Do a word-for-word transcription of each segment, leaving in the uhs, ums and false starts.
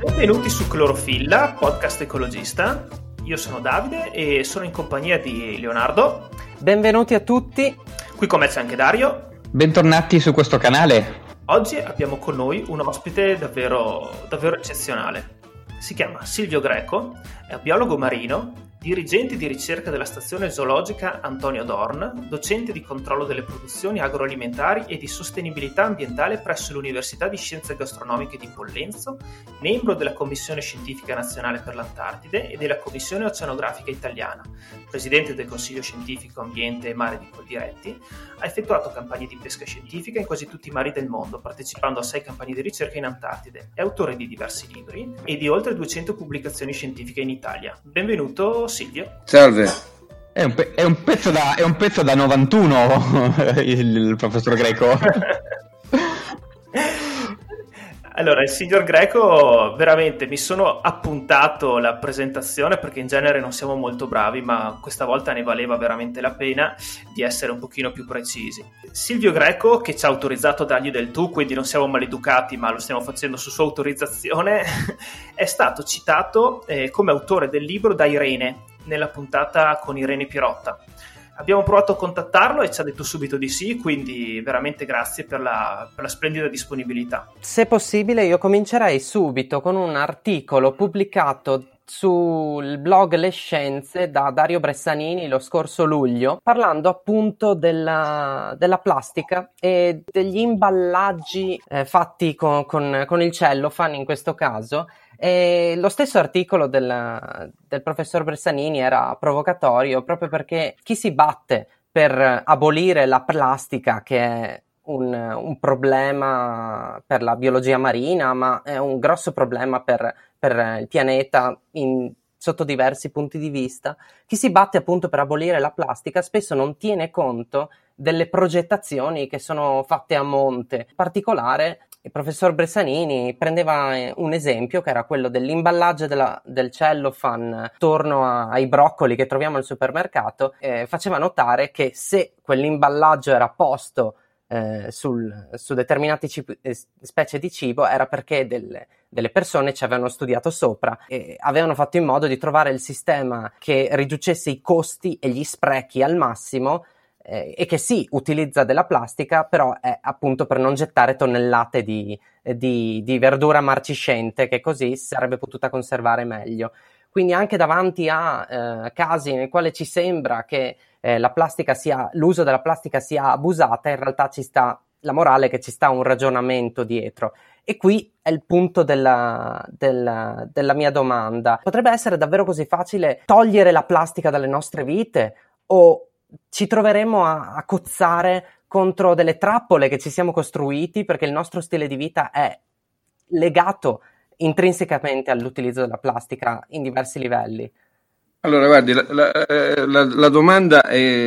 Benvenuti su Clorofilla, podcast ecologista. Io sono Davide e sono in compagnia di Leonardo. Benvenuti a tutti. Qui con me c'è anche Dario. Bentornati su questo canale. Oggi abbiamo con noi un ospite davvero, davvero eccezionale. Si chiama Silvio Greco, è biologo marino, dirigente di ricerca della stazione zoologica Antonio Dorn, docente di controllo delle produzioni agroalimentari e di sostenibilità ambientale presso l'Università di Scienze Gastronomiche di Pollenzo, membro della Commissione Scientifica Nazionale per l'Antartide e della Commissione Oceanografica Italiana, presidente del Consiglio Scientifico Ambiente e Mare di Coldiretti. Ha effettuato campagne di pesca scientifica in quasi tutti i mari del mondo, partecipando a sei campagne di ricerca in Antartide. È autore di diversi libri e di oltre duecento pubblicazioni scientifiche in Italia. Benvenuto Silvio. Salve. È un, pe- è un pezzo da è un pezzo da novantuno il, il professor Greco. Allora, il signor Greco, veramente mi sono appuntato la presentazione perché in genere non siamo molto bravi, ma questa volta ne valeva veramente la pena di essere un pochino più precisi. Silvio Greco, che ci ha autorizzato a dargli del tu, quindi non siamo maleducati, ma lo stiamo facendo su sua autorizzazione, è stato citato eh, come autore del libro da Irene, nella puntata con Irene Pirotta. Abbiamo provato a contattarlo e ci ha detto subito di sì, quindi veramente grazie per la, per la splendida disponibilità. Se possibile io comincerei subito con un articolo pubblicato sul blog Le Scienze da Dario Bressanini lo scorso luglio, parlando appunto della, della plastica e degli imballaggi eh, fatti con, con, con il cellophane in questo caso. E lo stesso articolo del, del professor Bressanini era provocatorio proprio perché chi si batte per abolire la plastica, che è un, un problema per la biologia marina, ma è un grosso problema per, per il pianeta in, sotto diversi punti di vista, chi si batte appunto per abolire la plastica spesso non tiene conto delle progettazioni che sono fatte a monte. In particolare il professor Bressanini prendeva un esempio che era quello dell'imballaggio della, del cellophane attorno a, ai broccoli che troviamo al supermercato, e faceva notare che se quell'imballaggio era posto eh, sul, su determinate cip- specie di cibo era perché delle, delle persone ci avevano studiato sopra e avevano fatto in modo di trovare il sistema che riducesse i costi e gli sprechi al massimo, Eh, e che sì, utilizza della plastica, però è appunto per non gettare tonnellate di, di, di verdura marciscente che così sarebbe potuta conservare meglio. Quindi anche davanti a eh, casi nel quale ci sembra che eh, la plastica sia, l'uso della plastica sia abusata, in realtà ci sta la morale, che ci sta un ragionamento dietro. E qui è il punto della, della, della mia domanda. Potrebbe essere davvero così facile togliere la plastica dalle nostre vite, o ci troveremo a, a cozzare contro delle trappole che ci siamo costruiti perché il nostro stile di vita è legato intrinsecamente all'utilizzo della plastica in diversi livelli? Allora, guardi, la, la, la, la domanda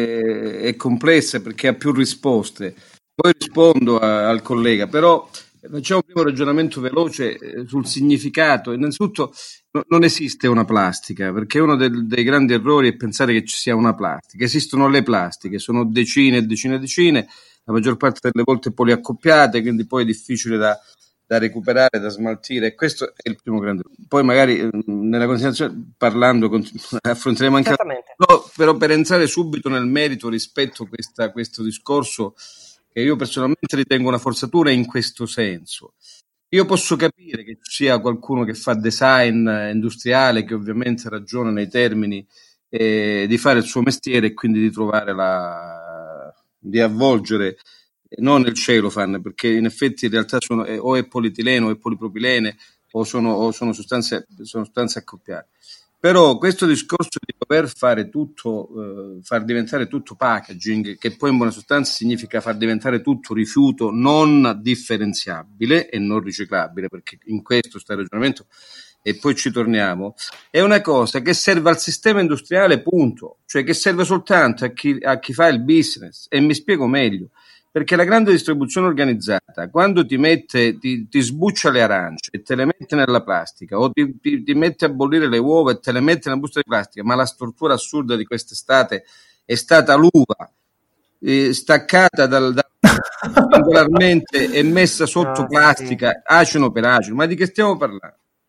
è, è complessa perché ha più risposte. Poi rispondo a, al collega, però facciamo prima un ragionamento veloce sul significato. Innanzitutto no, non esiste una plastica, perché uno del, dei grandi errori è pensare che ci sia una plastica. Esistono le plastiche, sono decine e decine e decine, la maggior parte delle volte poliaccoppiate, quindi poi è difficile da, da recuperare, da smaltire, e questo è il primo grande errore. Poi magari nella continuazione, parlando, affronteremo anche... No, però per entrare subito nel merito rispetto a questa, questo discorso, che io personalmente ritengo una forzatura in questo senso. Io posso capire che ci sia qualcuno che fa design industriale, che ovviamente ragiona nei termini eh, di fare il suo mestiere e quindi di trovare la... di avvolgere non il cellophane, perché in effetti in realtà sono, eh, o è polietileno o è polipropilene o sono, o sono sostanze, sono sostanze accoppiate. Però questo discorso di dover fare tutto, eh, far diventare tutto packaging, che poi in buona sostanza significa far diventare tutto rifiuto non differenziabile e non riciclabile, perché in questo sta il ragionamento, e poi ci torniamo, è una cosa che serve al sistema industriale, punto, cioè che serve soltanto a chi, a chi fa il business. E mi spiego meglio. Perché la grande distribuzione organizzata, quando ti mette, ti, ti sbuccia le arance e te le mette nella plastica, o ti, ti, ti mette a bollire le uova e te le mette nella busta di plastica, ma la stortura assurda di quest'estate è stata l'uva eh, staccata dal, da, singolarmente e messa sotto Ah, plastica, sì. acino per acino. Ma di che stiamo parlando?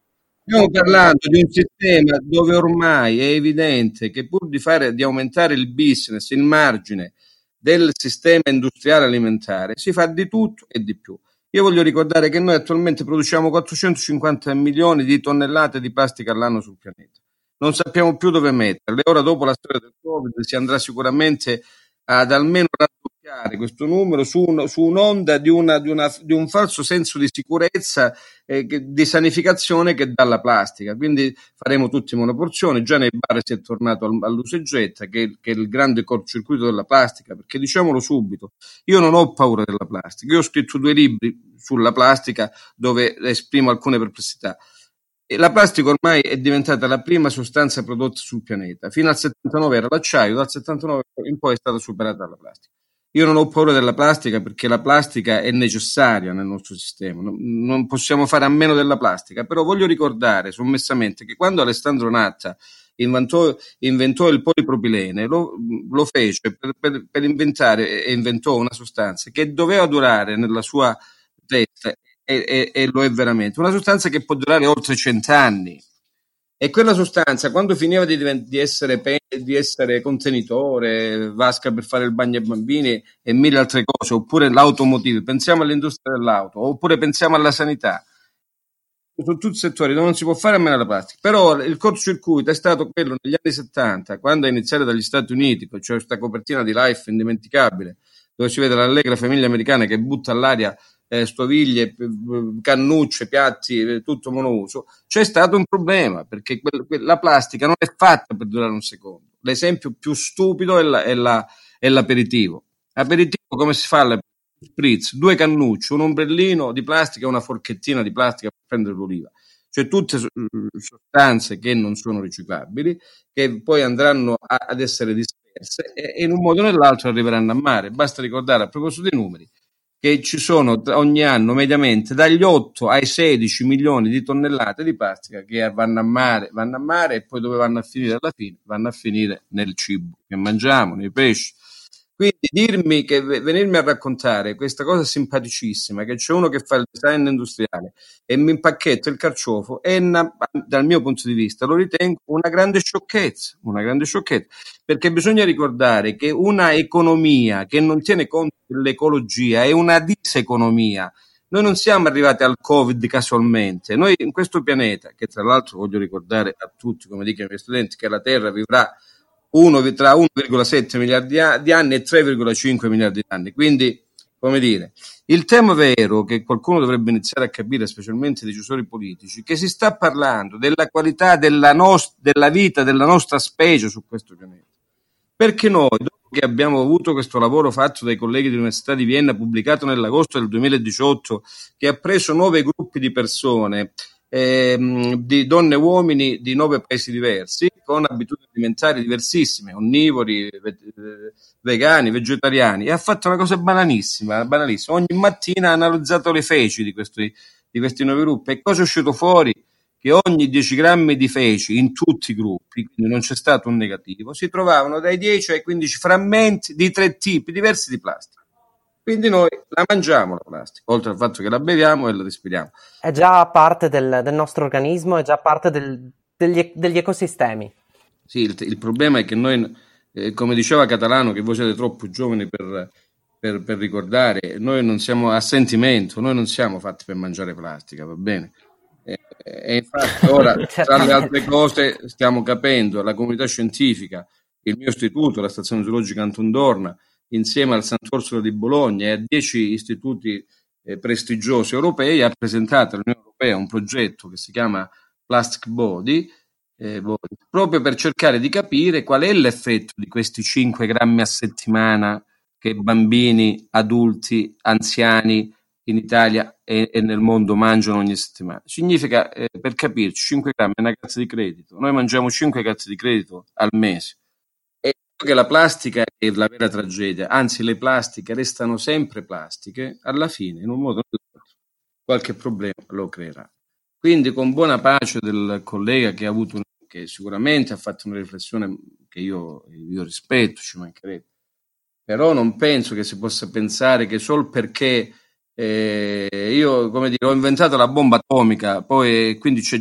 Stiamo parlando di un sistema dove ormai è evidente che pur di fare, di aumentare il business, il margine del sistema industriale alimentare, si fa di tutto e di più. Io voglio ricordare che noi attualmente produciamo quattrocentocinquanta milioni di tonnellate di plastica all'anno sul pianeta. Non sappiamo più dove metterle. Ora, dopo la storia del Covid, si andrà sicuramente ad almeno raddoppiare questo numero su, un, su un'onda di, una, di, una, di un falso senso di sicurezza, eh, che, di sanificazione che dà la plastica. Quindi faremo tutti monoporzioni. Già nei bar si è tornato al, all'usa e getta, che, che è il grande cortocircuito della plastica, perché diciamolo subito, io non ho paura della plastica. Io ho scritto due libri sulla plastica dove esprimo alcune perplessità. E la plastica ormai è diventata la prima sostanza prodotta sul pianeta. Fino al settantanove era l'acciaio, dal settantanove in poi è stata superata la plastica. Io non ho paura della plastica perché la plastica è necessaria nel nostro sistema, non, non possiamo fare a meno della plastica, però voglio ricordare sommessamente che quando Alessandro Natta inventò, inventò il polipropilene, lo, lo fece per, per, per inventare e inventò una sostanza che doveva durare nella sua testa, e, e, e lo è veramente, una sostanza che può durare oltre cent'anni. E quella sostanza, quando finiva di, di, essere, di essere contenitore, vasca per fare il bagno ai bambini e mille altre cose, oppure l'automotive, pensiamo all'industria dell'auto, oppure pensiamo alla sanità, sono tutti settori dove non si può fare a meno della plastica. Però il cortocircuito è stato quello negli anni settanta, quando è iniziato dagli Stati Uniti, c'è cioè questa copertina di Life indimenticabile, dove si vede l'allegra famiglia americana che butta all'aria Eh, stoviglie, cannucce, piatti, tutto monouso. C'è stato un problema perché quel, que- la plastica non è fatta per durare un secondo. L'esempio più stupido è, la, è, la, è l'aperitivo. Aperitivo come si fa? La spritz, due cannucce, un ombrellino di plastica e una forchettina di plastica per prendere l'oliva. Cioè tutte sostanze che non sono riciclabili, che poi andranno a, ad essere disperse e, e in un modo o nell'altro arriveranno a mare. Basta ricordare, a proposito dei numeri, che ci sono ogni anno mediamente dagli otto ai sedici milioni di tonnellate di plastica che vanno a mare, vanno a mare e poi dove vanno a finire alla fine? Vanno a finire nel cibo che mangiamo, nei pesci. Quindi dirmi che venirmi a raccontare questa cosa simpaticissima, che c'è uno che fa il design industriale e mi impacchetta il carciofo, è una, dal mio punto di vista lo ritengo una grande sciocchezza, una grande sciocchezza, perché bisogna ricordare che una economia che non tiene conto dell'ecologia è una diseconomia. Noi non siamo arrivati al Covid casualmente, noi in questo pianeta, che tra l'altro voglio ricordare a tutti, come dicono i miei studenti, che la Terra vivrà uno, tra uno virgola sette miliardi di anni e tre virgola cinque miliardi di anni. Quindi, come dire, il tema vero che qualcuno dovrebbe iniziare a capire, specialmente i decisori politici, che si sta parlando della qualità della, nost- della vita della nostra specie su questo pianeta. Perché noi, dopo che abbiamo avuto questo lavoro fatto dai colleghi dell'Università di Vienna, pubblicato nell'agosto del duemiladiciotto, che ha preso nove gruppi di persone, ehm, di donne e uomini di nove paesi diversi, con abitudini alimentari diversissime, onnivori, vegani, vegetariani, e ha fatto una cosa banalissima, banalissima. Ogni mattina ha analizzato le feci di questi, di questi nove gruppi e cosa è uscito fuori? Che ogni dieci grammi di feci in tutti i gruppi, quindi non c'è stato un negativo, si trovavano dai dieci ai quindici frammenti di tre tipi diversi di plastica. Quindi noi la mangiamo la plastica, oltre al fatto che la beviamo e la respiriamo. È già parte del, del nostro organismo, è già parte del, degli, degli ecosistemi. Sì, il, il problema è che noi, eh, come diceva Catalano, che voi siete troppo giovani per, per, per ricordare, noi non siamo a sentimento, noi non siamo fatti per mangiare plastica, va bene? E, e infatti ora, tra le altre cose, stiamo capendo, la comunità scientifica, il mio istituto, la Stazione Zoologica Anton Dohrn, insieme al Sant'Orsola di Bologna e a dieci istituti eh, prestigiosi europei, ha presentato all'Unione Europea un progetto che si chiama Plastic Body, eh, Body, proprio per cercare di capire qual è l'effetto di questi cinque grammi a settimana che bambini, adulti, anziani in Italia e, e nel mondo mangiano ogni settimana. Significa, eh, per capirci, cinque grammi è una carta di credito. Noi mangiamo cinque carte di credito al mese. Che la plastica è la vera tragedia, anzi le plastiche restano sempre plastiche, alla fine in un modo o nell'altro qualche problema lo creerà. Quindi con buona pace del collega che ha avuto, che sicuramente ha fatto una riflessione che io, io rispetto, ci mancherebbe, però non penso che si possa pensare che solo perché eh, io, come dire, ho inventato la bomba atomica, poi quindi c'è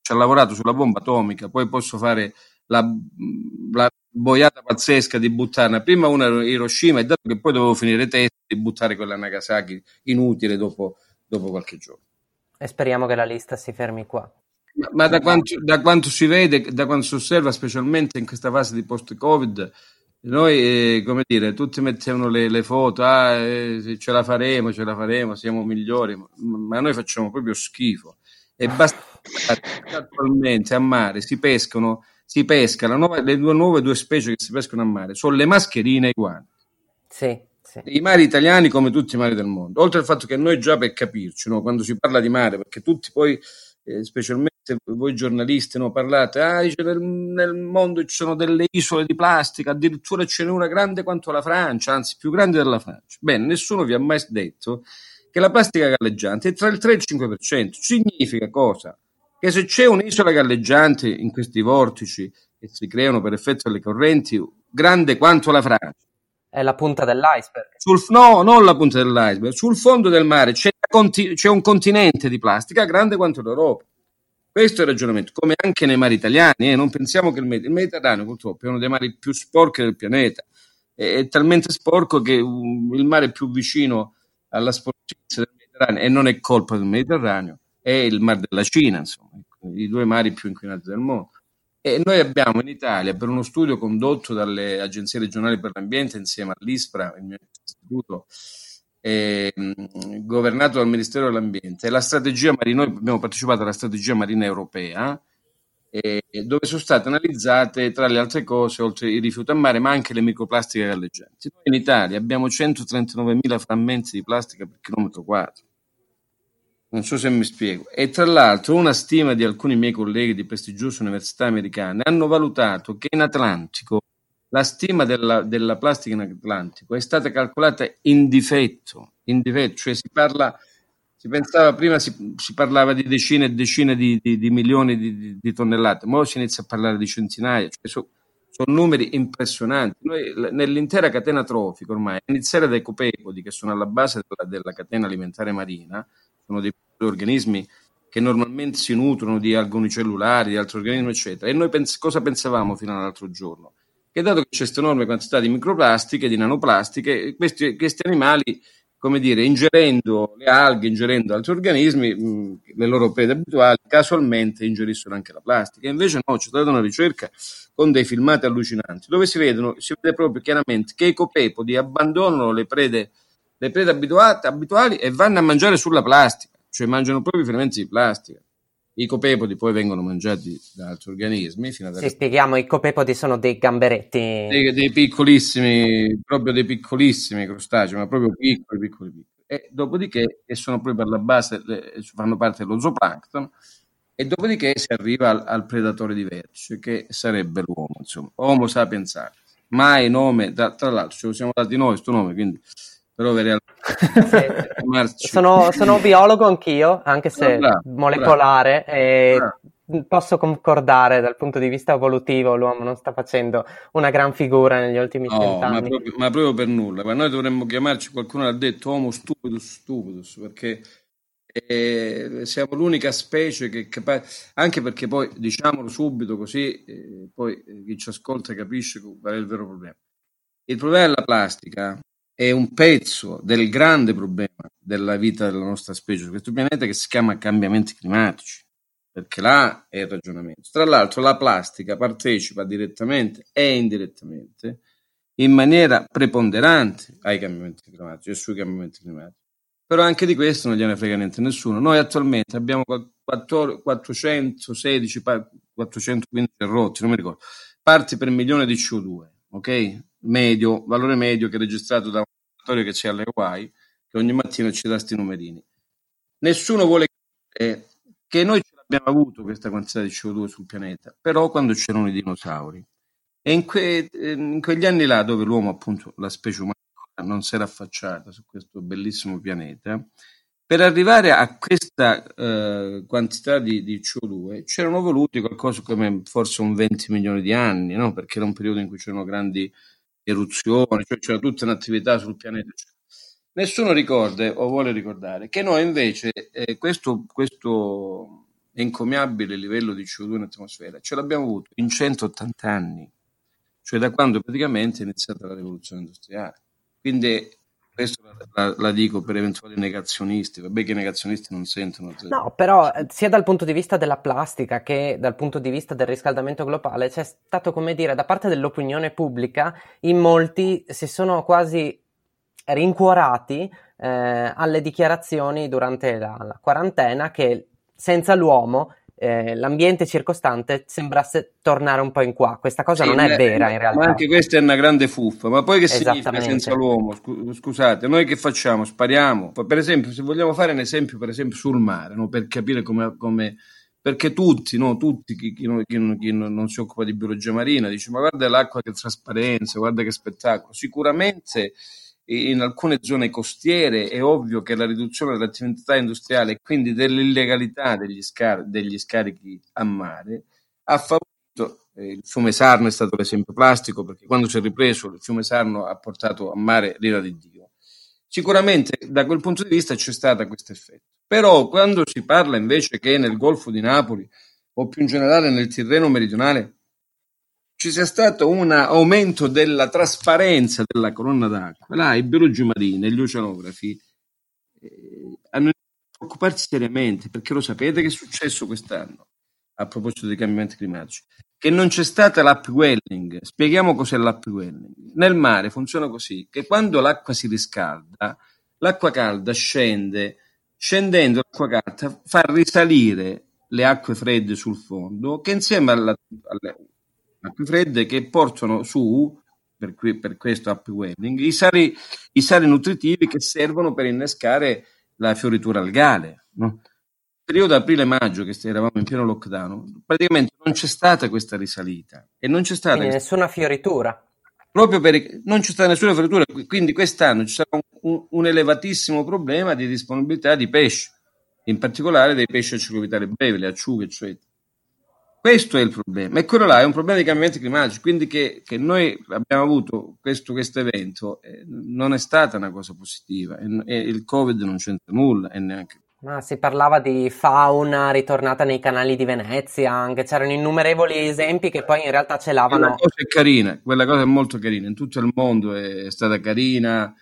ci ha lavorato sulla bomba atomica, poi posso fare la, la boiata pazzesca di buttarne prima una a Hiroshima e dato che poi dovevo finire testa di buttare quella a Nagasaki inutile dopo, dopo qualche giorno. E speriamo che la lista si fermi qua. Ma, ma da, quanto, da quanto si vede, da quanto si osserva, specialmente in questa fase di post-Covid, noi, eh, come dire, tutti mettevano le, le foto, ah, eh, ce la faremo, ce la faremo, siamo migliori, ma, ma noi facciamo proprio schifo. E basta attualmente a mare si pescano, si pesca la nuova, le due nuove due specie che si pescano a mare sono le mascherine e i guanti. Sì, sì. I mari italiani come tutti i mari del mondo. Oltre al fatto che noi già per capirci, no, quando si parla di mare, perché tutti poi Eh, specialmente voi giornalisti, no, parlate, ah, dice, nel, nel mondo ci sono delle isole di plastica, addirittura ce n'è una grande quanto la Francia, anzi più grande della Francia. Bene, nessuno vi ha mai detto che la plastica galleggiante è tra il tre e il cinque per cento. Significa cosa? Che se c'è un'isola galleggiante in questi vortici che si creano per effetto delle correnti, grande quanto la Francia, è la punta dell'iceberg. Sul, no, non la punta dell'iceberg. Sul fondo del mare c'è, c'è un continente di plastica grande quanto l'Europa. Questo è il ragionamento, come anche nei mari italiani. Eh, non pensiamo che il, Med- il Mediterraneo, purtroppo, è uno dei mari più sporchi del pianeta. È, è talmente sporco che um, il mare più vicino alla sporcizia del Mediterraneo, e non è colpa del Mediterraneo, è il Mar della Cina, insomma, i due mari più inquinati del mondo. E noi abbiamo in Italia, per uno studio condotto dalle agenzie regionali per l'ambiente insieme all'ISPRA, il mio istituto, eh, governato dal Ministero dell'Ambiente, la strategia marina, noi abbiamo partecipato alla strategia marina europea, eh, dove sono state analizzate, tra le altre cose, oltre i rifiuti a mare, ma anche le microplastiche galleggianti. Noi in Italia abbiamo centotrentanovemila frammenti di plastica per chilometro quadro. Non so se mi spiego. E tra l'altro una stima di alcuni miei colleghi di prestigiose università americane hanno valutato che in Atlantico la stima della, della plastica in Atlantico è stata calcolata in difetto, in difetto, cioè si parla, si pensava prima si, si parlava di decine e decine di, di, di milioni di, di, di tonnellate, ora si inizia a parlare di centinaia, cioè so, sono numeri impressionanti. Noi nell'intera catena trofica ormai, a iniziare dai copepodi che sono alla base della, della catena alimentare marina, sono dei organismi che normalmente si nutrono di alghe unicellulari, di altri organismi, eccetera. E noi pens- cosa pensavamo fino all'altro giorno? Che dato che c'è questa enorme quantità di microplastiche, di nanoplastiche, questi, questi animali, come dire, ingerendo le alghe, ingerendo altri organismi, mh, le loro prede abituali, casualmente ingeriscono anche la plastica. E invece no, c'è stata una ricerca con dei filmati allucinanti, dove si vedono, si vede proprio chiaramente che i copepodi abbandonano le prede le prede abituate, abituali e vanno a mangiare sulla plastica, cioè mangiano proprio i fermenti di plastica. I copepodi poi vengono mangiati da altri organismi. Fino ad sì, spieghiamo, i copepodi sono dei gamberetti. Dei, dei piccolissimi, proprio dei piccolissimi crostacei, ma proprio piccoli, piccoli, piccoli. E dopodiché, e sono proprio per la base, fanno parte dello zooplancton, e dopodiché si arriva al, al predatore di vertice, che sarebbe l'uomo, insomma, Homo sapiens sapiens. Mai nome, da, tra l'altro ce lo siamo dati noi questo nome, quindi però sì. sono, sono biologo anch'io, anche se bravo, molecolare, bravo. E bravo. Posso concordare dal punto di vista evolutivo, l'uomo non sta facendo una gran figura negli ultimi cent'anni. No, ma proprio, ma proprio per nulla. Ma noi dovremmo chiamarci, qualcuno l'ha detto, Homo stupidus stupidus, perché eh, siamo l'unica specie che è capace, anche perché poi, diciamolo subito così, eh, poi eh, chi ci ascolta capisce qual è il vero problema. Il problema della plastica è un pezzo del grande problema della vita della nostra specie su questo pianeta, che si chiama cambiamenti climatici, perché là è il ragionamento. Tra l'altro la plastica partecipa direttamente e indirettamente in maniera preponderante ai cambiamenti climatici e sui cambiamenti climatici, però anche di questo non gliene frega niente a nessuno. Noi attualmente abbiamo quattrocentosedici, quattrocentoquindici rotti, non mi ricordo, parti per milione di C O due, ok? Medio, valore medio che è registrato da un laboratorio che c'è alle Hawaii, che ogni mattina ci dà sti numerini. Nessuno vuole capire che noi ce l'abbiamo avuto questa quantità di C O due sul pianeta, però quando c'erano i dinosauri, e in, que, in quegli anni là dove l'uomo, appunto, la specie umana non si era affacciata su questo bellissimo pianeta, per arrivare a questa eh, quantità di, di C O due c'erano voluti qualcosa come forse un venti milioni di anni, no? Perché era un periodo in cui c'erano grandi eruzioni, cioè c'era tutta un'attività sul pianeta. Nessuno ricorda o vuole ricordare che noi invece eh, questo, questo, e incommiabile livello di C O due in atmosfera, ce l'abbiamo avuto in centottanta anni, cioè da quando praticamente è iniziata la rivoluzione industriale. Quindi questo la, la, la dico per eventuali negazionisti, vabbè che i negazionisti non sentono. No, però sia dal punto di vista della plastica che dal punto di vista del riscaldamento globale c'è stato, come dire, da parte dell'opinione pubblica, in molti si sono quasi rincuorati eh, alle dichiarazioni durante la, la quarantena che senza l'uomo eh, l'ambiente circostante sembrasse tornare un po' in qua. Questa cosa sì, non è vera in realtà. Ma anche questa è una grande fuffa. Ma poi che significa senza l'uomo? Scusate, noi che facciamo? Spariamo? Per esempio, se vogliamo fare un esempio, per esempio sul mare, no? Per capire come... come... perché tutti, no? Tutti chi, chi, chi, non, chi non si occupa di biologia marina dice ma guarda l'acqua che trasparenza, guarda che spettacolo. Sicuramente in alcune zone costiere è ovvio che la riduzione dell'attività industriale e quindi dell'illegalità degli, scar- degli scarichi a mare ha favorito, eh, il fiume Sarno è stato l'esempio plastico, perché quando si è ripreso il fiume Sarno ha portato a mare l'ira di Dio. Sicuramente da quel punto di vista c'è stato questo effetto, però quando si parla invece che nel Golfo di Napoli o più in generale nel Tirreno meridionale ci sia stato un aumento della trasparenza della colonna d'acqua, là i biologi marini e gli oceanografi eh, hanno iniziato a occuparsi seriamente, perché lo sapete che è successo quest'anno a proposito dei cambiamenti climatici, che non c'è stata l'upwelling. Spieghiamo cos'è l'upwelling. Nel mare funziona così, che quando l'acqua si riscalda, l'acqua calda scende, scendendo l'acqua calda fa risalire le acque fredde sul fondo, che insieme alla, alle acque fredde che portano su, per, qui, per questo upwelling, i sali, i sali nutritivi che servono per innescare la fioritura algale, no? Periodo aprile-maggio, che eravamo in pieno lockdown, praticamente non c'è stata questa risalita e non c'è stata quindi questa... nessuna fioritura. Proprio perché non c'è stata nessuna fioritura, quindi quest'anno ci sarà un, un elevatissimo problema di disponibilità di pesce, in particolare dei pesci a ciclo vitale breve, le acciughe, eccetera. Questo è il problema, e quello là è un problema di cambiamenti climatici, quindi che, che noi abbiamo avuto questo questo evento eh, non è stata una cosa positiva, e, e il Covid non c'entra nulla, e neanche... Ma si parlava di fauna ritornata nei canali di Venezia, anche c'erano innumerevoli esempi che poi in realtà celavano. Quella cosa è carina, quella cosa è molto carina, in tutto il mondo è stata carina,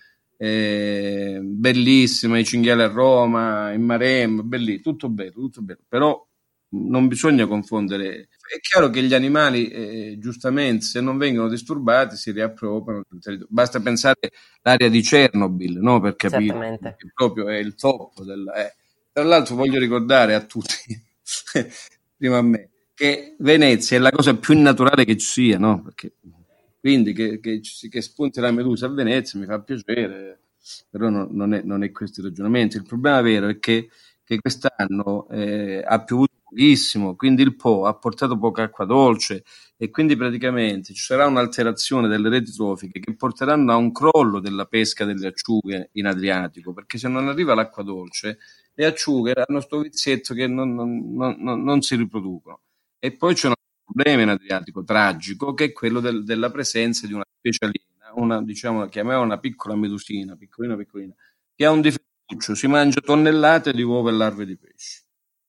è bellissima, i cinghiali a Roma, in Maremma, belli, tutto bello, tutto bello, però non bisogna confondere. È chiaro che gli animali, eh, giustamente, se non vengono disturbati, si riappropriano. Basta pensare all'area di Chernobyl, no? Per capire che proprio è il top della... Eh. Tra l'altro voglio ricordare a tutti, prima a me, che Venezia è la cosa più innaturale che ci sia, no? Perché, quindi che, che, che spunti la medusa a Venezia mi fa piacere, però non, non, è, non è questo il ragionamento. Il problema vero è che, che quest'anno eh, ha piovuto pochissimo, quindi il Po ha portato poca acqua dolce e quindi praticamente ci sarà un'alterazione delle reti trofiche che porteranno a un crollo della pesca delle acciughe in Adriatico, perché se non arriva l'acqua dolce le acciughe hanno sto vizietto che non, non, non, non si riproducono. E poi c'è un problema in Adriatico tragico, che è quello del, della presenza di una specie aliena, una, diciamo, chiamiamola una piccola medusina, piccolina piccolina, che ha un difettuccio, si mangia tonnellate di uova e larve di pesce.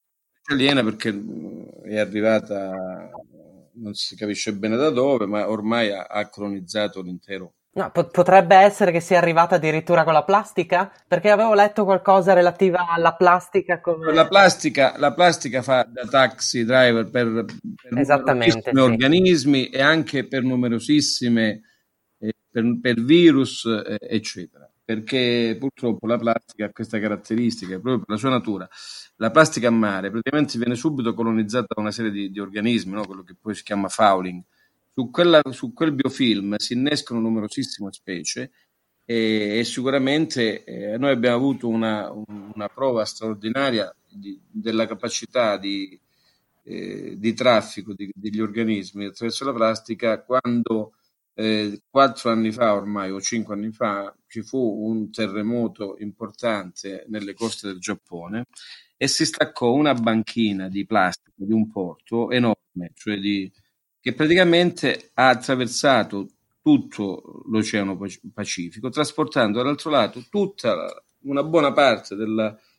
Aliena perché è arrivata, non si capisce bene da dove, ma ormai ha, ha colonizzato l'intero. No, pot- potrebbe essere che sia arrivata addirittura con la plastica? Perché avevo letto qualcosa relativa alla plastica come... La plastica, la plastica fa da taxi driver per, per Esattamente, numerosissimi sì. organismi e anche per numerosissime eh, per, per virus eh, eccetera, perché purtroppo la plastica ha questa caratteristica proprio per la sua natura. La plastica a mare praticamente viene subito colonizzata da una serie di, di organismi, no? Quello che poi si chiama fouling. Su, quella, su quel biofilm si innescono numerosissime specie e, e sicuramente eh, noi abbiamo avuto una, una prova straordinaria di, della capacità di, eh, di traffico di, degli organismi attraverso la plastica quando eh, quattro anni fa ormai o cinque anni fa ci fu un terremoto importante nelle coste del Giappone e si staccò una banchina di plastica di un porto enorme, cioè di che praticamente ha attraversato tutto l'Oceano Pacifico, trasportando dall'altro lato tutta una buona parte della,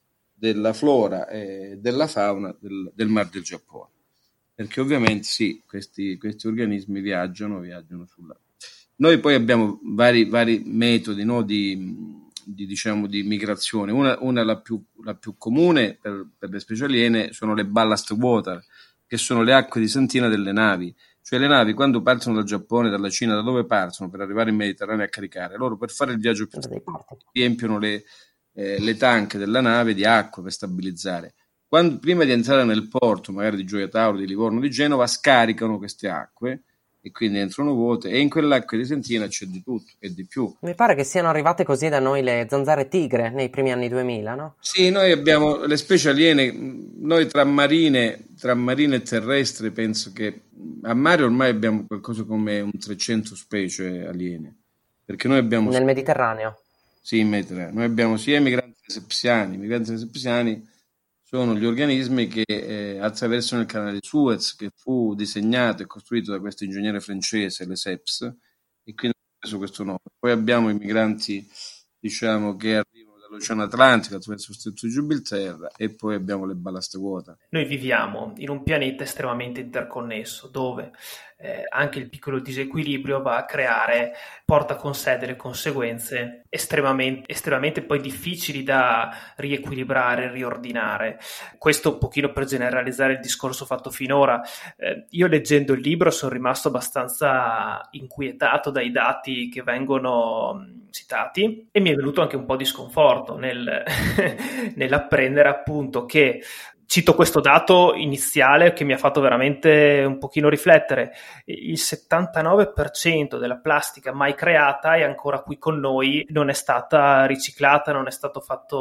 della flora e della fauna del, del Mar del Giappone. Perché ovviamente sì, questi, questi organismi viaggiano, viaggiano sulla... Noi poi abbiamo vari, vari metodi, no, di, di, diciamo, di migrazione. Una, una la, più, la più comune per, per le specie aliene sono le ballast water, che sono le acque di sentina delle navi. Cioè le navi quando partono dal Giappone, dalla Cina, da dove partono per arrivare in Mediterraneo a caricare, loro per fare il viaggio più riempiono le, eh, le tanche della nave di acqua per stabilizzare. Quando, prima di entrare nel porto, magari di Gioia Tauro, di Livorno, di Genova, scaricano queste acque e quindi entrano vuote, e in quell'acqua di sentina c'è di tutto e di più. Mi pare che siano arrivate così da noi le zanzare tigre nei primi anni duemila, no? Sì, noi abbiamo le specie aliene, noi tra marine, tra marine e terrestri, penso che a mare ormai abbiamo qualcosa come un trecento specie aliene, perché noi abbiamo... Nel Mediterraneo? Sì, in Mediterraneo. Noi abbiamo sia i migranti sepsiani, i migranti sepsiani sono gli organismi che eh, attraversano il canale di Suez, che fu disegnato e costruito da questo ingegnere francese, Lesseps, e quindi ha preso questo nome. Poi abbiamo i migranti, diciamo, che arrivano dall'Oceano Atlantico attraverso lo Stretto di Gibilterra, e poi abbiamo le ballast water. Noi viviamo in un pianeta estremamente interconnesso, dove eh, anche il piccolo disequilibrio va a creare, porta con sé delle conseguenze estremamente, estremamente poi difficili da riequilibrare, riordinare. Questo un pochino per generalizzare il discorso fatto finora. Eh, io leggendo il libro sono rimasto abbastanza inquietato dai dati che vengono citati, e mi è venuto anche un po' di sconforto nel, nell'apprendere appunto che, cito questo dato iniziale che mi ha fatto veramente un pochino riflettere, il settantanove per cento della plastica mai creata è ancora qui con noi, non è stata riciclata, non è stato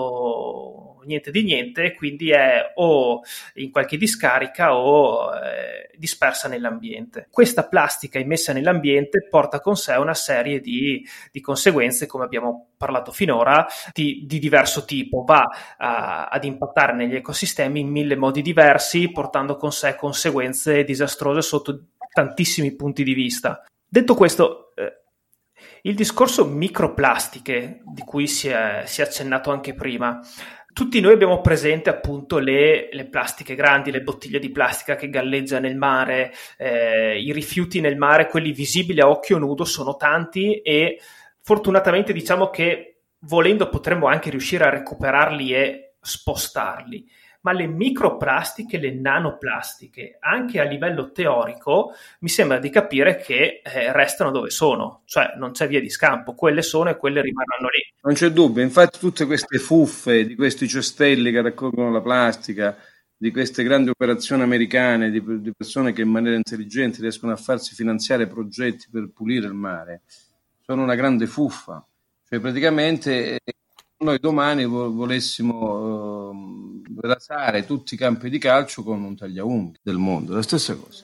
fatto niente di niente, quindi è o in qualche discarica o eh, dispersa nell'ambiente. Questa plastica immessa nell'ambiente porta con sé una serie di, di conseguenze, come abbiamo parlato finora, di, di diverso tipo, va a, ad impattare negli ecosistemi in mille modi diversi, portando con sé conseguenze disastrose sotto tantissimi punti di vista. Detto questo, eh, il discorso microplastiche, di cui si è, si è accennato anche prima, tutti noi abbiamo presente appunto le, le plastiche grandi, le bottiglie di plastica che galleggia nel mare, eh, i rifiuti nel mare, quelli visibili a occhio nudo, sono tanti, e fortunatamente diciamo che volendo potremmo anche riuscire a recuperarli e spostarli. Ma le microplastiche, le nanoplastiche, anche a livello teorico, mi sembra di capire che eh, restano dove sono, cioè non c'è via di scampo, quelle sono e quelle rimarranno lì. Non c'è dubbio, infatti tutte queste fuffe di questi cestelli che raccolgono la plastica, di queste grandi operazioni americane, di, di persone che in maniera intelligente riescono a farsi finanziare progetti per pulire il mare, sono una grande fuffa. Cioè praticamente noi domani volessimo uh, rasare tutti i campi di calcio con un tagliaunghie del mondo, la stessa cosa.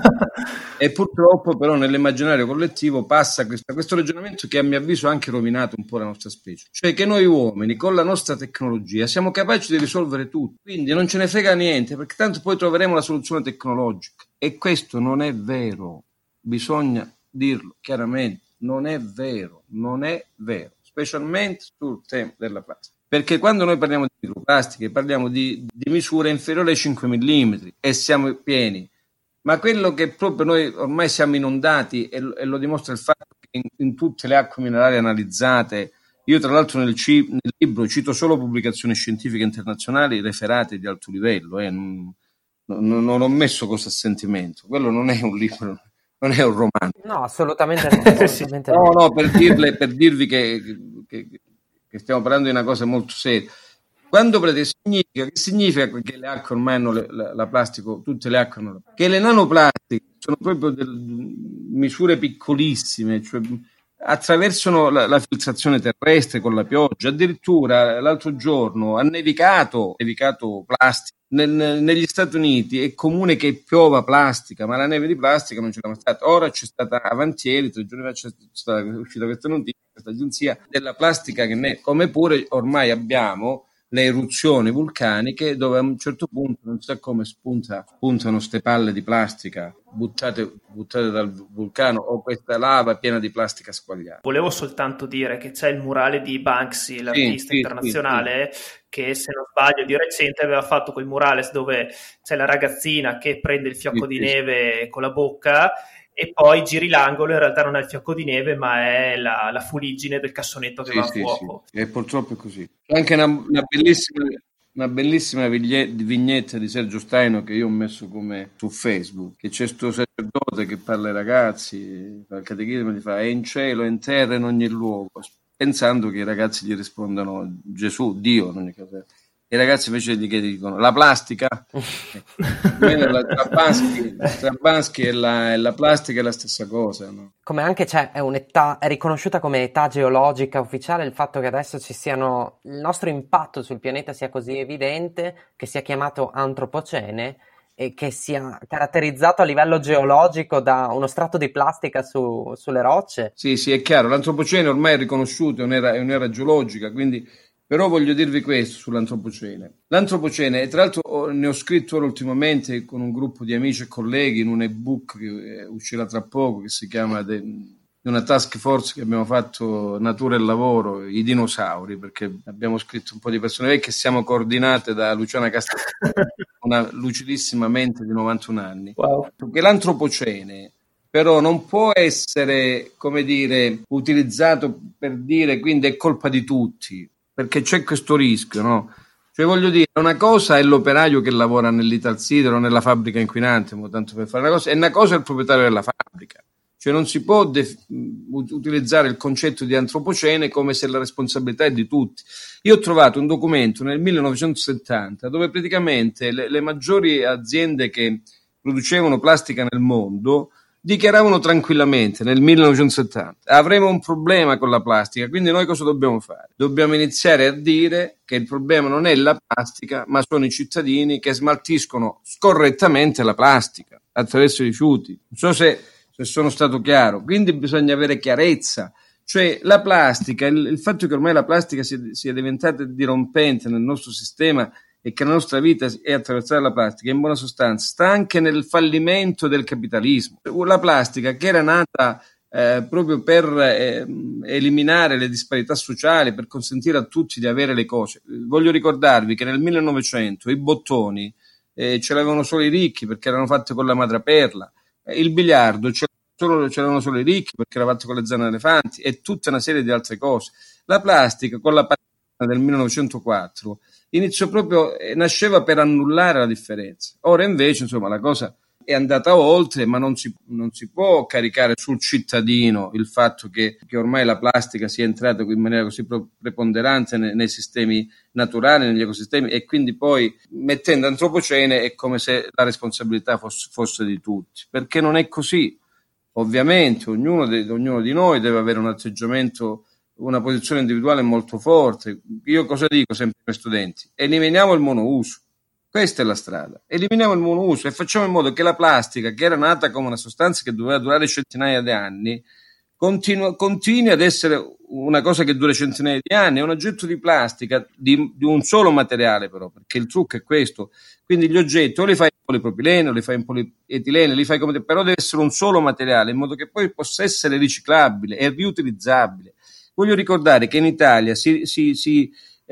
E purtroppo però nell'immaginario collettivo passa questo, questo ragionamento che a mio avviso ha anche rovinato un po' la nostra specie, cioè che noi uomini con la nostra tecnologia siamo capaci di risolvere tutto, quindi non ce ne frega niente, perché tanto poi troveremo la soluzione tecnologica. E questo non è vero, bisogna dirlo chiaramente, non è vero, non è vero, specialmente sul tema della plastica. Perché quando noi parliamo di microplastiche parliamo di, di misure inferiori ai cinque millimetri e siamo pieni. Ma quello che proprio noi ormai siamo inondati, e, e lo dimostra il fatto che in, in tutte le acque minerali analizzate, io tra l'altro nel, C, nel libro cito solo pubblicazioni scientifiche internazionali referate di alto livello, eh, non, non, non ho messo cose a sentimento, quello non è un libro, non è un romanzo. No, assolutamente no. Assolutamente no, no, per, dirle, per dirvi che, che, che stiamo parlando di una cosa molto seria. Quando significa, che significa che le acque ormai hanno le, la, la plastica, tutte le acque hanno la, che le nanoplastiche sono proprio delle misure piccolissime, cioè attraversano la, la filtrazione terrestre con la pioggia. Addirittura l'altro giorno ha nevicato, nevicato plastica. Nel, negli Stati Uniti è comune che piova plastica, ma la neve di plastica non c'era mai stata. Ora c'è stata avantieri, tre giorni fa c'è stata uscita questa notizia, questa agenzia della plastica che ne, come pure ormai abbiamo le eruzioni vulcaniche, dove a un certo punto non sa come spunta, spuntano ste palle di plastica buttate, buttate dal vulcano, o questa lava piena di plastica squagliata. Volevo soltanto dire che c'è il murale di Banksy, l'artista sì, internazionale, sì, sì. che se non sbaglio di recente aveva fatto quel murales dove c'è la ragazzina che prende il fiocco Sì, di sì. neve con la bocca e poi giri l'angolo, in realtà non è il fiocco di neve ma è la, la fuliggine del cassonetto che Sì, va a sì, fuoco. sì. E purtroppo è così. C'è anche una, una bellissima, una bellissima viglie- vignetta di Sergio Staino che io ho messo come su Facebook, che c'è sto sacerdote che parla ai ragazzi, fa il catechismo e gli fa: è in cielo, è in terra, in ogni luogo, pensando che i ragazzi gli rispondano Gesù, Dio in ogni caso. I ragazzi invece gli dicono la plastica. la, tra Bansky, tra Bansky e, la, e la plastica è la stessa cosa, no? Come anche c'è è un'età, è riconosciuta come età geologica ufficiale il fatto che adesso ci siano, il nostro impatto sul pianeta sia così evidente, che sia chiamato antropocene e che sia caratterizzato a livello geologico da uno strato di plastica su, sulle rocce. Sì, sì, è chiaro, l'antropocene ormai è riconosciuto, è un'era, è un'era geologica, quindi. Però voglio dirvi questo sull'antropocene. L'antropocene, tra l'altro ne ho scritto ora ultimamente con un gruppo di amici e colleghi in un ebook che uscirà tra poco, che si chiama de, di una task force che abbiamo fatto Natura e Lavoro, i dinosauri, perché abbiamo scritto un po' di persone vecchie, siamo coordinate da Luciana Castellani, una lucidissima mente di novantuno anni. Wow. Perché l'antropocene però non può essere, come dire, utilizzato per dire quindi è colpa di tutti, perché c'è questo rischio, no? Cioè, voglio dire, una cosa è l'operaio che lavora nell'Italsidero o nella fabbrica inquinante, tanto per fare una cosa, e una cosa è il proprietario della fabbrica. Cioè non si può def- utilizzare il concetto di antropocene come se la responsabilità è di tutti. Io ho trovato un documento nel millenovecentosettanta dove praticamente le, le maggiori aziende che producevano plastica nel mondo dichiaravano tranquillamente nel millenovecentosettanta: avremo un problema con la plastica, quindi noi cosa dobbiamo fare? Dobbiamo iniziare a dire che il problema non è la plastica, ma sono i cittadini che smaltiscono scorrettamente la plastica attraverso i rifiuti. Non so se, se sono stato chiaro, quindi bisogna avere chiarezza. Cioè la plastica, il, il fatto che ormai la plastica sia, sia diventata dirompente nel nostro sistema e che la nostra vita è attraversata dalla plastica, in buona sostanza sta anche nel fallimento del capitalismo. La plastica, che era nata eh, proprio per eh, eliminare le disparità sociali, per consentire a tutti di avere le cose. Voglio ricordarvi che nel millenovecento i bottoni eh, ce l'avevano solo i ricchi perché erano fatti con la madreperla, eh, il biliardo ce Solo, c'erano solo i ricchi perché era fatto con le zanne elefanti, e tutta una serie di altre cose. La plastica, con la pandemia del millenovecentoquattro, iniziò proprio, eh, nasceva per annullare la differenza. Ora invece, insomma, la cosa è andata oltre, ma non si, non si può caricare sul cittadino il fatto che, che ormai la plastica sia entrata in maniera così preponderante nei, nei sistemi naturali, negli ecosistemi, e quindi poi mettendo antropocene è come se la responsabilità fosse, fosse di tutti, perché non è così. Ovviamente ognuno, de, ognuno di noi deve avere un atteggiamento, una posizione individuale molto forte. Io cosa dico sempre ai studenti? Eliminiamo il monouso, questa è la strada, eliminiamo il monouso e facciamo in modo che la plastica, che era nata come una sostanza che doveva durare centinaia di anni, continua, continui ad essere una cosa che dura centinaia di anni. È un oggetto di plastica di, di un solo materiale, però, perché il trucco è questo. Quindi gli oggetti o li fai in polipropilene o li fai in polietilene, li fai come, però deve essere un solo materiale, in modo che poi possa essere riciclabile e riutilizzabile. Voglio ricordare che in Italia si, si, si,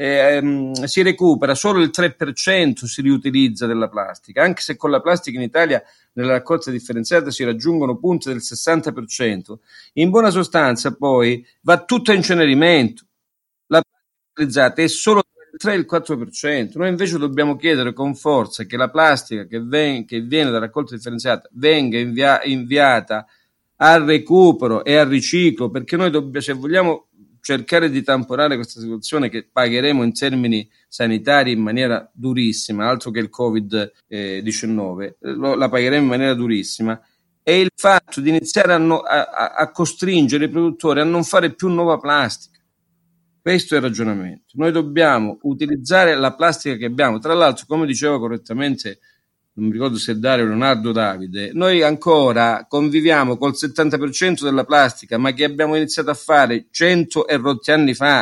eh, si recupera solo il tre per cento, si riutilizza della plastica, anche se con la plastica in Italia nella raccolta differenziata si raggiungono punte del sessanta per cento. In buona sostanza poi va tutto a incenerimento. La plastica utilizzata è solo il tre e il quattro per cento. Noi invece dobbiamo chiedere con forza che la plastica che, ven- che viene da raccolta differenziata venga invia- inviata al recupero e al riciclo, perché noi dobbiamo, se vogliamo cercare di tamponare questa situazione che pagheremo in termini sanitari in maniera durissima, altro che il covid diciannove, lo, la pagheremo in maniera durissima, è il fatto di iniziare a, no, a, a costringere i produttori a non fare più nuova plastica. Questo è il ragionamento. Noi dobbiamo utilizzare la plastica che abbiamo. Tra l'altro, come diceva correttamente, non mi ricordo se Dario Leonardo Davide, noi ancora conviviamo col settanta per cento della plastica, ma che abbiamo iniziato a fare cento e rotti anni fa,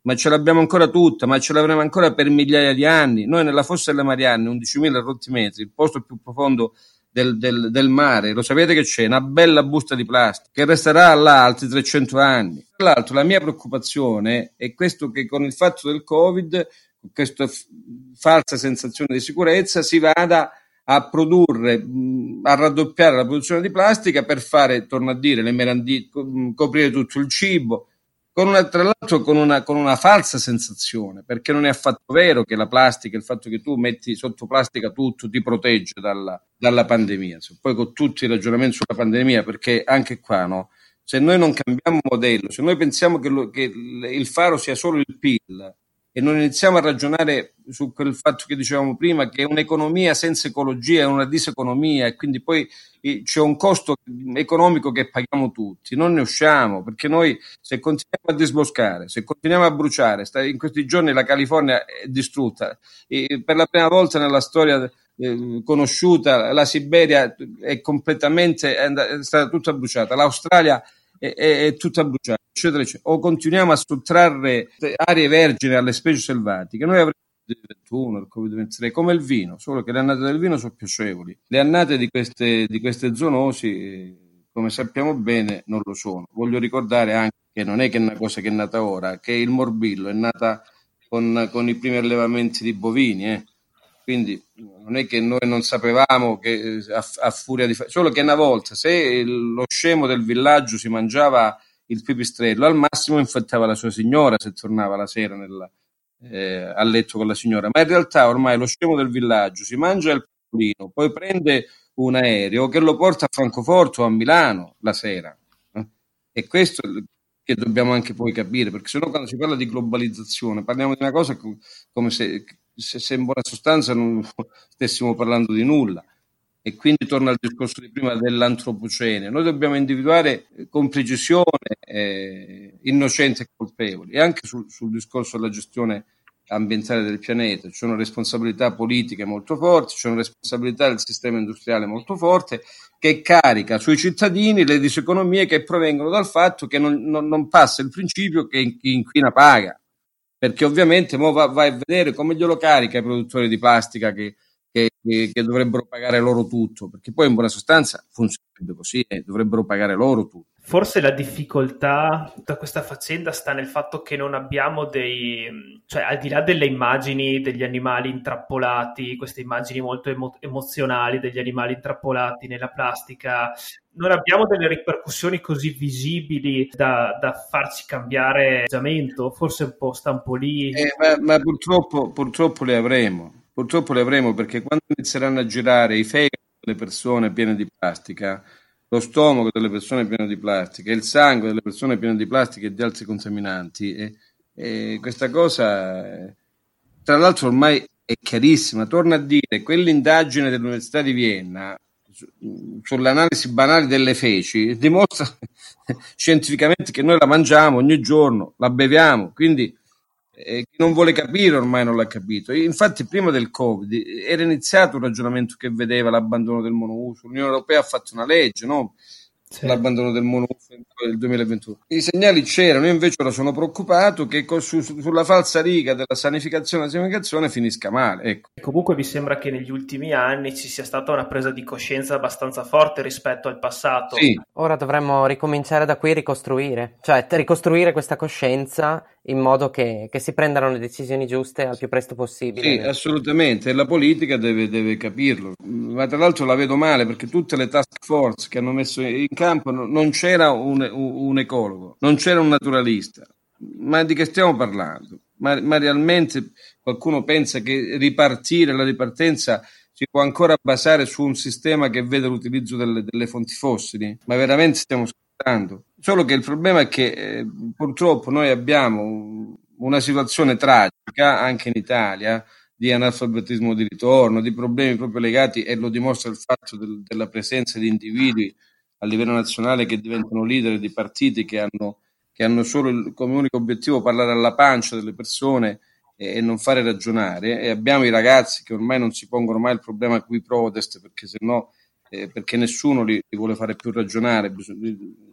ma ce l'abbiamo ancora tutta, ma ce l'avremo ancora per migliaia di anni. Noi nella fossa delle Marianne, undicimila rotti metri, il posto più profondo del, del, del mare, lo sapete che c'è? Una bella busta di plastica che resterà là altri trecento anni. Tra l'altro la mia preoccupazione è questo, che con il fatto del Covid, con questa f- falsa sensazione di sicurezza, si vada a produrre, a raddoppiare la produzione di plastica per fare, torno a dire, le merendine, coprire tutto il cibo, con una, tra l'altro con una, con una falsa sensazione, perché non è affatto vero che la plastica, il fatto che tu metti sotto plastica tutto, ti protegge dalla, dalla pandemia. Poi con tutti i ragionamenti sulla pandemia, perché anche qua, no, se noi non cambiamo modello, se noi pensiamo che, lo, che il faro sia solo il P I L e non iniziamo a ragionare su quel fatto che dicevamo prima, che un'economia senza ecologia è una diseconomia, e quindi poi c'è un costo economico che paghiamo tutti, non ne usciamo, perché noi se continuiamo a disboscare, se continuiamo a bruciare, in questi giorni la California è distrutta, e per la prima volta nella storia eh, conosciuta la Siberia è completamente, è, andata, è stata tutta bruciata, l'Australia è, è, è tutta bruciata, eccetera, eccetera. O continuiamo a sottrarre aree vergini alle specie selvatiche, noi avremo il covid ventuno, il covid ventitré, come il vino, solo che le annate del vino sono piacevoli. Le annate di queste, di queste zoonosi, come sappiamo bene, non lo sono. Voglio ricordare anche che non è che è una cosa che è nata ora, che il morbillo è nata con, con i primi allevamenti di bovini, eh. Quindi non è che noi non sapevamo che a, a furia di... Solo che una volta, se il, lo scemo del villaggio si mangiava il pipistrello, al massimo infettava la sua signora se tornava la sera nella... Eh, a letto con la signora, ma in realtà ormai lo scemo del villaggio si mangia il pulino, poi prende un aereo che lo porta a Francoforte o a Milano la sera, eh? E questo che dobbiamo anche poi capire, perché sennò quando si parla di globalizzazione parliamo di una cosa come se, se, se in buona sostanza non stessimo parlando di nulla. E quindi torna al discorso di prima dell'antropocene. Noi dobbiamo individuare con precisione eh, innocenti e colpevoli, e anche sul, sul discorso della gestione ambientale del pianeta. Ci sono responsabilità politiche molto forti, ci sono responsabilità del sistema industriale molto forte, che carica sui cittadini le diseconomie che provengono dal fatto che non, non, non passa il principio che chi inquina paga, perché ovviamente mo va, vai a vedere come glielo carica i produttori di plastica che Che, che dovrebbero pagare loro tutto, perché poi in buona sostanza funzionerebbe così, eh, dovrebbero pagare loro tutto. Forse la difficoltà di tutta questa faccenda sta nel fatto che non abbiamo dei, cioè al di là delle immagini degli animali intrappolati, queste immagini molto emo- emozionali degli animali intrappolati nella plastica, non abbiamo delle ripercussioni così visibili da, da farci cambiare atteggiamento. Forse un po' sta un po' lì. Eh, ma, ma purtroppo, purtroppo le avremo. Purtroppo le avremo, perché quando inizieranno a girare i fegati delle persone piene di plastica, lo stomaco delle persone piene di plastica, il sangue delle persone piene di plastica e di altri contaminanti, e, e questa cosa, tra l'altro, ormai è chiarissima. Torno a dire, quell'indagine dell'Università di Vienna su, sull'analisi banale delle feci dimostra scientificamente che noi la mangiamo ogni giorno, la beviamo, quindi Eh, chi non vuole capire ormai non l'ha capito. Infatti prima del Covid era iniziato un ragionamento che vedeva l'abbandono del monouso. L'Unione Europea ha fatto una legge, no? Sì. L'abbandono del monouso nel duemilaventuno. I segnali c'erano, io invece ora sono preoccupato che su, su, sulla falsa riga della sanificazione e della sanificazione finisca male, ecco. Comunque mi sembra che negli ultimi anni ci sia stata una presa di coscienza abbastanza forte rispetto al passato. Sì. Ora dovremmo ricominciare da qui e ricostruire, cioè ricostruire questa coscienza in modo che, che si prendano le decisioni giuste al più presto possibile. Sì, assolutamente, e la politica deve, deve capirlo. Ma tra l'altro la vedo male, perché tutte le task force che hanno messo in campo non c'era un, un ecologo, non c'era un naturalista. Ma di che stiamo parlando? Ma, ma realmente qualcuno pensa che ripartire, la ripartenza si può ancora basare su un sistema che vede l'utilizzo delle, delle fonti fossili? Ma veramente stiamo scherzando? Solo che il problema è che eh, purtroppo noi abbiamo una situazione tragica anche in Italia di analfabetismo di ritorno, di problemi proprio legati, e lo dimostra il fatto del, della presenza di individui a livello nazionale che diventano leader di partiti che hanno, che hanno solo il, come unico obiettivo parlare alla pancia delle persone e, e non fare ragionare. E abbiamo i ragazzi che ormai non si pongono mai il problema qui protest, perché sennò eh, perché nessuno li, li vuole fare più ragionare.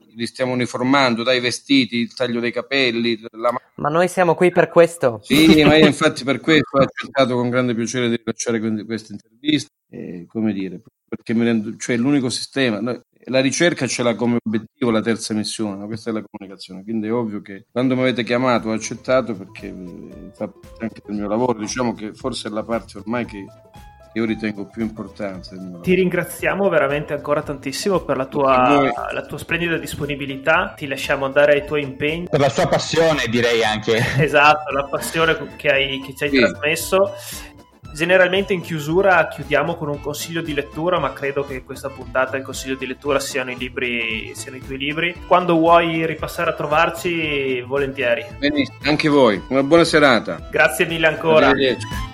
li stiamo uniformando, dai vestiti, il taglio dei capelli, la... Ma noi siamo qui per questo. Sì, ma io infatti per questo ho accettato con grande piacere di rilasciare questa intervista, eh, come dire, perché mi rendo, cioè l'unico sistema, la ricerca ce l'ha come obiettivo la terza missione, no? Questa è la comunicazione, quindi è ovvio che quando mi avete chiamato ho accettato perché eh, fa parte anche del mio lavoro, diciamo che forse è la parte ormai che io ritengo più importante. Ti ringraziamo veramente ancora tantissimo per la tua, la tua splendida disponibilità, ti lasciamo andare ai tuoi impegni. Per la sua passione, direi anche. Esatto, la passione che, hai, che ci hai sì. trasmesso. Generalmente in chiusura chiudiamo con un consiglio di lettura, ma credo che questa puntata il consiglio di lettura siano i libri, siano i tuoi libri. Quando vuoi ripassare a trovarci, volentieri. Benissimo, anche voi. Una buona serata. Grazie mille ancora. Arrivederci.